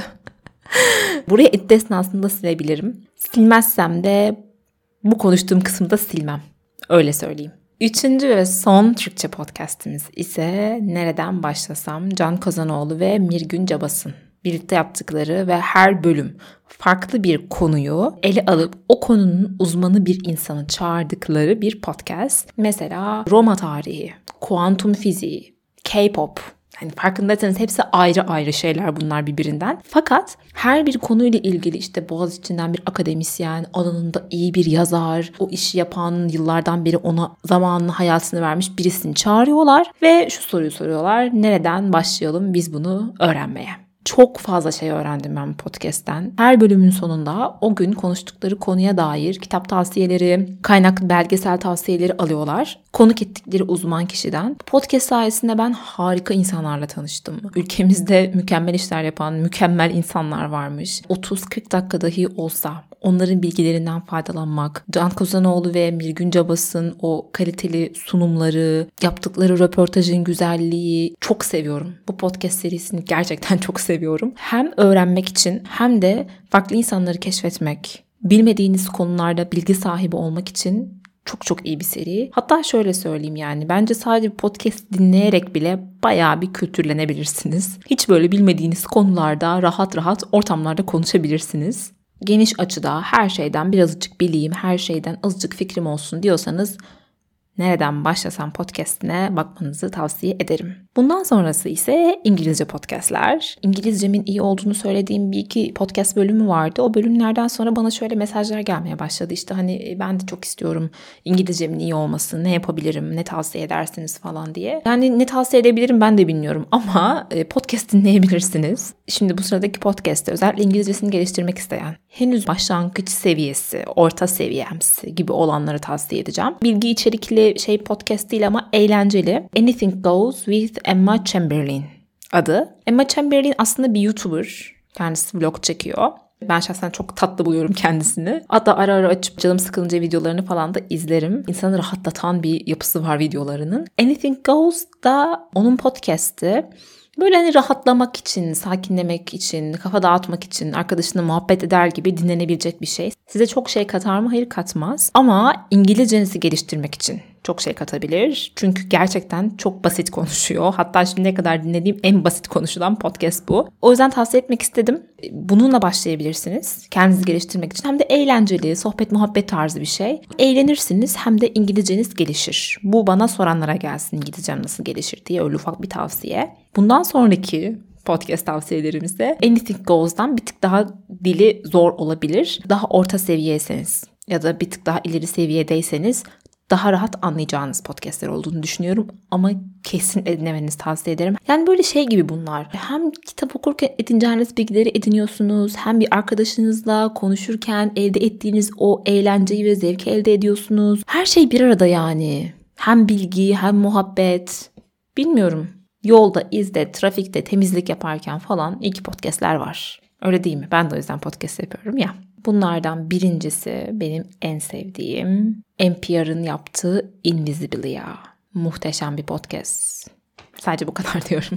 Burayı edit esnasında silebilirim. Silmezsem de bu konuştuğum kısmı da silmem. Öyle söyleyeyim. Üçüncü ve son Türkçe podcastimiz ise Nereden Başlasam, Can Kozanoğlu ve Mirgün Cabas'ın birlikte yaptıkları ve her bölüm farklı bir konuyu ele alıp o konunun uzmanı bir insanı çağırdıkları bir podcast. Mesela Roma tarihi, kuantum fiziği, K-pop. Yani farkındaysanız hepsi ayrı ayrı şeyler bunlar birbirinden. Fakat her bir konuyla ilgili işte Boğaziçi'nden bir akademisyen, alanında iyi bir yazar, o işi yapan, yıllardan beri ona zamanını, hayatını vermiş birisini çağırıyorlar ve şu soruyu soruyorlar: nereden başlayalım biz bunu öğrenmeye? Çok fazla şey öğrendim ben bu podcast'ten. Her bölümün sonunda o gün konuştukları konuya dair kitap tavsiyeleri, kaynak belgesel tavsiyeleri alıyorlar. Konuk ettikleri uzman kişiden. Podcast sayesinde ben harika insanlarla tanıştım. Ülkemizde mükemmel işler yapan mükemmel insanlar varmış. 30-40 dakika dahi olsa onların bilgilerinden faydalanmak, Can Kozanoğlu ve Mirgün Cabas'ın o kaliteli sunumları, yaptıkları röportajın güzelliği çok seviyorum. Bu podcast serisini gerçekten çok seviyorum. Hem öğrenmek için hem de farklı insanları keşfetmek, bilmediğiniz konularda bilgi sahibi olmak için Çok çok iyi bir seri. Hatta şöyle söyleyeyim yani bence sadece podcast dinleyerek bile bayağı bir kültürlenebilirsiniz. Hiç böyle bilmediğiniz konularda rahat rahat ortamlarda konuşabilirsiniz. Geniş açıda her şeyden birazcık bileyim, her şeyden azıcık fikrim olsun diyorsanız nereden başlasam podcastine bakmanızı tavsiye ederim. Bundan sonrası ise İngilizce podcastler. İngilizcemin iyi olduğunu söylediğim bir iki podcast bölümü vardı. O bölümlerden sonra bana şöyle mesajlar gelmeye başladı. İşte hani ben de çok istiyorum İngilizcemin iyi olmasını, ne yapabilirim, ne tavsiye edersiniz falan diye. Yani ne tavsiye edebilirim ben de bilmiyorum ama podcast dinleyebilirsiniz. Şimdi bu sıradaki podcast'te özellikle İngilizcesini geliştirmek isteyen, henüz başlangıç seviyesi, orta seviyemsi gibi olanları tavsiye edeceğim. Bilgi içerikli podcast değil ama eğlenceli. Anything Goes with Emma Chamberlain adı. Emma Chamberlain aslında bir YouTuber. Kendisi vlog çekiyor. Ben şahsen çok tatlı buluyorum kendisini. Hatta ara ara açıp canım sıkılınca videolarını falan da izlerim. İnsanı rahatlatan bir yapısı var videolarının. Anything Goes da onun podcast'i. Böyle hani rahatlamak için, sakinlemek için, kafa dağıtmak için, arkadaşınla muhabbet eder gibi dinlenebilecek bir şey. Size çok şey katar mı? Hayır, katmaz. Ama İngilizcenizi geliştirmek için çok şey katabilir. Çünkü gerçekten çok basit konuşuyor. Hatta şimdiye kadar dinlediğim en basit konuşulan podcast bu. O yüzden tavsiye etmek istedim. Bununla başlayabilirsiniz. Kendinizi geliştirmek için. Hem de eğlenceli, sohbet muhabbet tarzı bir şey. Eğlenirsiniz hem de İngilizceniz gelişir. Bu bana soranlara gelsin İngilizcem nasıl gelişir diye öyle ufak bir tavsiye. Bundan sonraki podcast tavsiyelerimizde Anything Goes'dan bir tık daha dili zor olabilir. Daha orta seviyeyseniz ya da bir tık daha ileri seviyedeyseniz daha rahat anlayacağınız podcastler olduğunu düşünüyorum ama kesin dinlemenizi tavsiye ederim. Yani böyle şey gibi bunlar. Hem kitap okurken edineceğiniz bilgileri ediniyorsunuz, hem bir arkadaşınızla konuşurken elde ettiğiniz o eğlenceyi ve zevki elde ediyorsunuz. Her şey bir arada yani. Hem bilgi hem muhabbet. Bilmiyorum. Yolda, izde, trafikte, temizlik yaparken falan iyi ki podcastler var. Öyle değil mi? Ben de o yüzden podcast yapıyorum ya. Bunlardan birincisi benim en sevdiğim NPR'ın yaptığı Invisible'ya. Muhteşem bir podcast. Sadece bu kadar diyorum.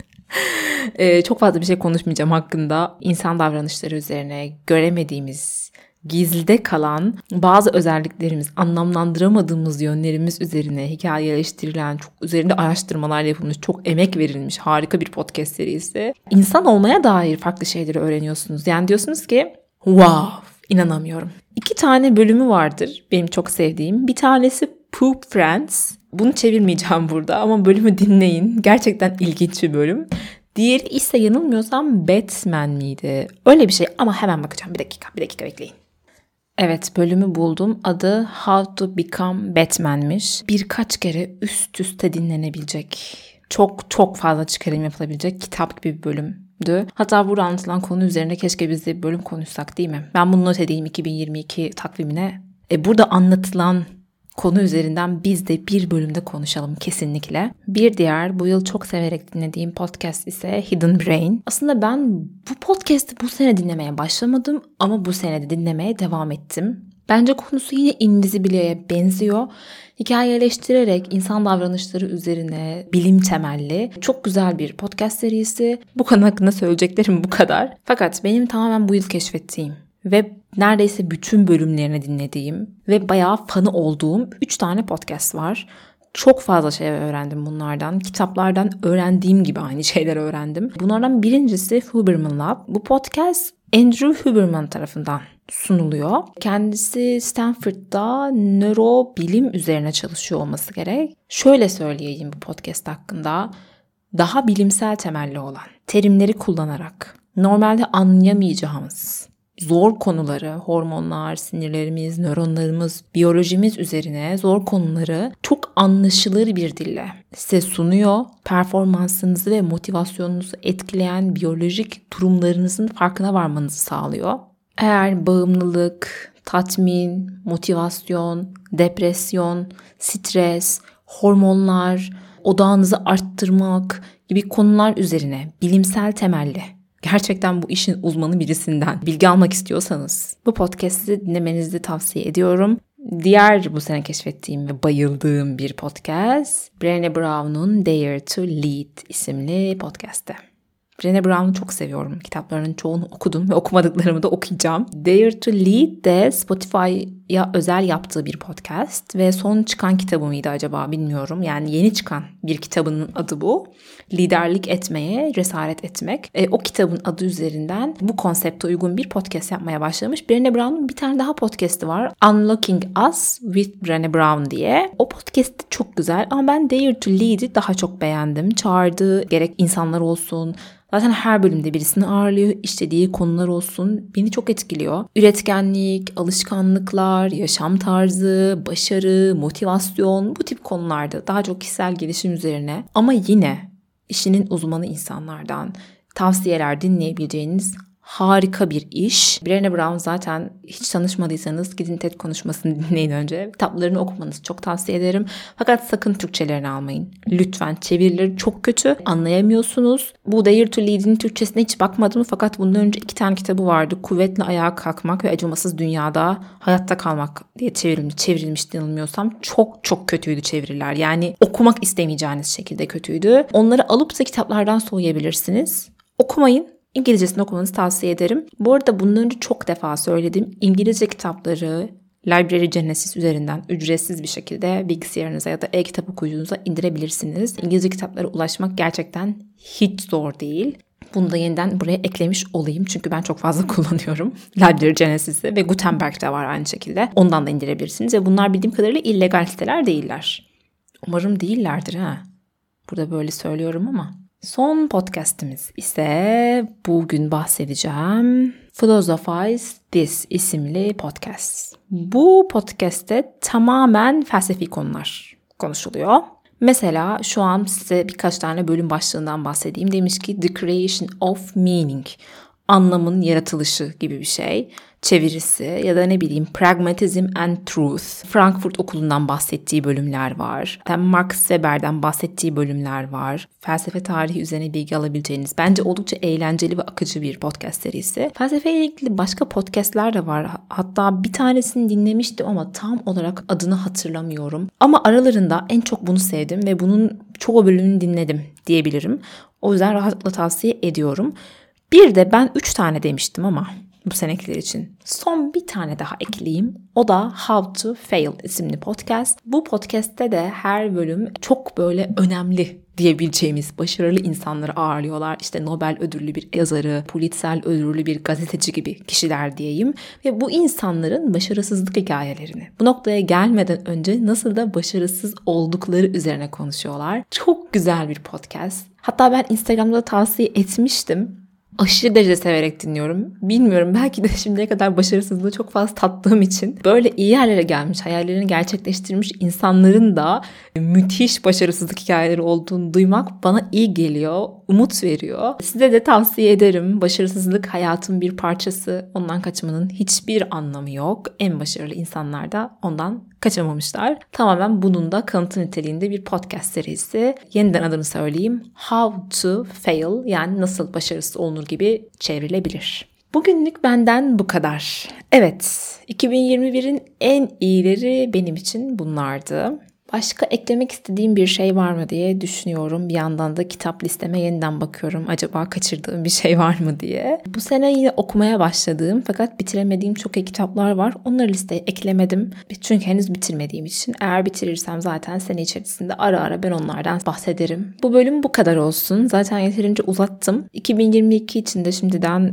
Çok fazla bir şey konuşmayacağım hakkında. İnsan davranışları üzerine göremediğimiz, gizlide kalan bazı özelliklerimiz, anlamlandıramadığımız yönlerimiz üzerine hikayeleştirilen, çok üzerinde araştırmalar yapılmış, çok emek verilmiş harika bir podcast serisi. İnsan olmaya dair farklı şeyleri öğreniyorsunuz. Yani diyorsunuz ki wow, inanamıyorum. 2 tane bölümü vardır benim çok sevdiğim. Bir tanesi Poop Friends. Bunu çevirmeyeceğim burada ama bölümü dinleyin. Gerçekten ilginç bir bölüm. Diğeri ise yanılmıyorsam Batman miydi? Öyle bir şey ama hemen bakacağım. Bir dakika bekleyin. Evet, bölümü buldum. Adı How to Become Batman'miş. Birkaç kere üst üste dinlenebilecek, çok fazla çıkarım yapılabilecek kitap gibi bir bölümdü. Hatta burada anlatılan konu üzerine keşke biz de bir bölüm konuşsak, değil mi? Ben bunu not edeyim 2022 takvimine. Burada anlatılan konu üzerinden biz de bir bölümde konuşalım kesinlikle. Bir diğer bu yıl çok severek dinlediğim podcast ise Hidden Brain. Aslında ben bu podcast'i bu sene dinlemeye başlamadım ama bu sene de dinlemeye devam ettim. Bence konusu yine Invisible'ye benziyor. Hikayeleştirerek insan davranışları üzerine bilim temelli çok güzel bir podcast serisi. Bu konu hakkında söyleyeceklerim bu kadar. Fakat benim tamamen bu yıl keşfettiğim ve neredeyse bütün bölümlerini dinlediğim ve bayağı fanı olduğum 3 tane podcast var. Çok fazla şey öğrendim bunlardan. Kitaplardan öğrendiğim gibi aynı şeyler öğrendim. Bunlardan birincisi Huberman Lab. Bu podcast Andrew Huberman tarafından sunuluyor. Kendisi Stanford'da nörobilim üzerine çalışıyor olması gerek. Şöyle söyleyeyim bu podcast hakkında. Daha bilimsel temelli olan terimleri kullanarak normalde anlayamayacağımız zor konuları, hormonlar, sinirlerimiz, nöronlarımız, biyolojimiz üzerine zor konuları çok anlaşılır bir dille size sunuyor. Performansınızı ve motivasyonunuzu etkileyen biyolojik durumlarınızın farkına varmanızı sağlıyor. Eğer bağımlılık, tatmin, motivasyon, depresyon, stres, hormonlar, odağınızı arttırmak gibi konular üzerine bilimsel temelli, gerçekten bu işin uzmanı birisinden bilgi almak istiyorsanız bu podcast'i dinlemenizi tavsiye ediyorum. Diğer bu sene keşfettiğim ve bayıldığım bir podcast Brené Brown'un Dare to Lead isimli podcast'te. Brené Brown'u çok seviyorum. Kitaplarının çoğunu okudum ve okumadıklarımı da okuyacağım. Dare to Lead de Spotify ya özel yaptığı bir podcast ve son çıkan kitabı mıydı acaba bilmiyorum. Yani yeni çıkan bir kitabının adı bu. Liderlik etmeye, cesaret etmek. O kitabın adı üzerinden bu konsepte uygun bir podcast yapmaya başlamış. Brené Brown'un bir tane daha podcast'i var. Unlocking Us with Brené Brown diye. O podcast de çok güzel ama ben Dare to Lead'i daha çok beğendim. Çağırdığı gerek insanlar olsun, zaten her bölümde birisini ağırlıyor, işlediği konular olsun beni çok etkiliyor. Üretkenlik, alışkanlıklar, yaşam tarzı, başarı, motivasyon bu tip konularda daha çok kişisel gelişim üzerine ama yine işinin uzmanı insanlardan tavsiyeler dinleyebileceğiniz harika bir iş. Brené Brown zaten hiç tanışmadıysanız gidin TED konuşmasını dinleyin önce. Kitaplarını okumanızı çok tavsiye ederim. Fakat sakın Türkçelerini almayın. Lütfen, çevirileri çok kötü. Anlayamıyorsunuz. Bu Dare to Lead'in Türkçesine hiç bakmadım fakat bundan önce 2 tane kitabı vardı. Kuvvetle Ayağa Kalkmak ve Acımasız Dünyada Hayatta Kalmak diye çevrilmiş yanılmıyorsam. Çok çok kötüydü çeviriler. Yani okumak istemeyeceğiniz şekilde kötüydü. Onları alıp da kitaplardan soğuyabilirsiniz. Okumayın. İngilizcesini okumanızı tavsiye ederim. Bu arada bundan önce çok defa söyledim. İngilizce kitapları Library Genesis üzerinden ücretsiz bir şekilde bilgisayarınıza ya da e-kitap okuyucunuza indirebilirsiniz. İngilizce kitaplara ulaşmak gerçekten hiç zor değil. Bunu da yeniden buraya eklemiş olayım. Çünkü ben çok fazla kullanıyorum Library Genesis'i ve Gutenberg de var aynı şekilde. Ondan da indirebilirsiniz ve bunlar bildiğim kadarıyla illegal siteler değiller. Umarım değillerdir ha. Burada böyle söylüyorum ama. Son podcast'imiz ise bugün bahsedeceğim Philosophize This isimli podcast. Bu podcast'te tamamen felsefi konular konuşuluyor. Mesela şu an size birkaç tane bölüm başlığından bahsedeyim. Demiş ki The Creation of Meaning, anlamın yaratılışı gibi bir şey. Çevirisi ya da ne bileyim Pragmatism and Truth. Frankfurt Okulu'ndan bahsettiği bölümler var. Max Weber'den bahsettiği bölümler var. Felsefe tarihi üzerine bilgi alabileceğiniz bence oldukça eğlenceli ve akıcı bir podcast serisi. Felsefeyle ilgili başka podcastler de var. Hatta bir tanesini dinlemiştim ama tam olarak adını hatırlamıyorum. Ama aralarında en çok bunu sevdim ve bunun çoğu bölümünü dinledim diyebilirim. O yüzden rahatlıkla tavsiye ediyorum. Bir de ben 3 tane demiştim ama bu senekiler için son bir tane daha ekleyeyim. O da How to Fail isimli podcast. Bu podcast'te de her bölüm çok böyle önemli diyebileceğimiz başarılı insanları ağırlıyorlar. İşte Nobel ödüllü bir yazarı, Pulitzer ödüllü bir gazeteci gibi kişiler diyeyim. Ve bu insanların başarısızlık hikayelerini, bu noktaya gelmeden önce nasıl da başarısız oldukları üzerine konuşuyorlar. Çok güzel bir podcast. Hatta ben Instagram'da tavsiye etmiştim. Aşırı derece severek dinliyorum. Bilmiyorum, belki de şimdiye kadar başarısızlığı çok fazla tattığım için böyle iyi yerlere gelmiş, hayallerini gerçekleştirmiş insanların da müthiş başarısızlık hikayeleri olduğunu duymak bana iyi geliyor, umut veriyor. Size de tavsiye ederim. Başarısızlık hayatın bir parçası. Ondan kaçmanın hiçbir anlamı yok. En başarılı insanlar da ondan kaçamamışlar. Tamamen bunun da kanıtı niteliğinde bir podcast serisi. Yeniden adını söyleyeyim. How to Fail, yani nasıl başarısız olunur gibi çevrilebilir. Bugünlük benden bu kadar. Evet, 2021'in en iyileri benim için bunlardı. Başka eklemek istediğim bir şey var mı diye düşünüyorum. Bir yandan da kitap listeme yeniden bakıyorum. Acaba kaçırdığım bir şey var mı diye. Bu sene yine okumaya başladığım fakat bitiremediğim çok iyi kitaplar var. Onları listeye eklemedim. Çünkü henüz bitirmediğim için. Eğer bitirirsem zaten sene içerisinde ara ara ben onlardan bahsederim. Bu bölüm bu kadar olsun. Zaten yeterince uzattım. 2022 için de şimdiden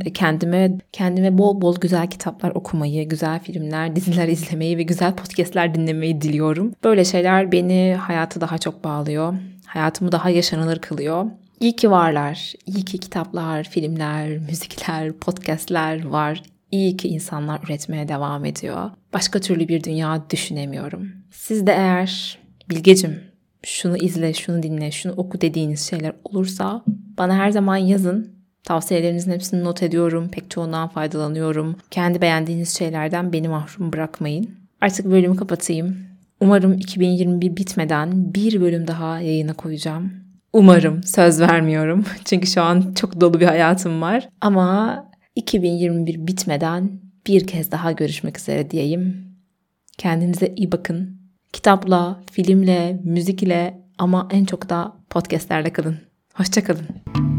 kendime bol bol güzel kitaplar okumayı, güzel filmler, diziler izlemeyi ve güzel podcastler dinlemeyi diliyorum. Böyle şeyler beni hayata daha çok bağlıyor. Hayatımı daha yaşanılır kılıyor. İyi ki varlar. İyi ki kitaplar, filmler, müzikler, podcastler var. İyi ki insanlar üretmeye devam ediyor. Başka türlü bir dünya düşünemiyorum. Siz de eğer Bilgecim şunu izle, şunu dinle, şunu oku dediğiniz şeyler olursa bana her zaman yazın. Tavsiyelerinizin hepsini not ediyorum. Pek çoğundan faydalanıyorum. Kendi beğendiğiniz şeylerden beni mahrum bırakmayın. Artık bölümü kapatayım. Umarım 2021 bitmeden bir bölüm daha yayına koyacağım. Umarım, söz vermiyorum. Çünkü şu an çok dolu bir hayatım var. Ama 2021 bitmeden bir kez daha görüşmek üzere diyeyim. Kendinize iyi bakın. Kitapla, filmle, müzikle ama en çok da podcastlerle kalın. Hoşça kalın.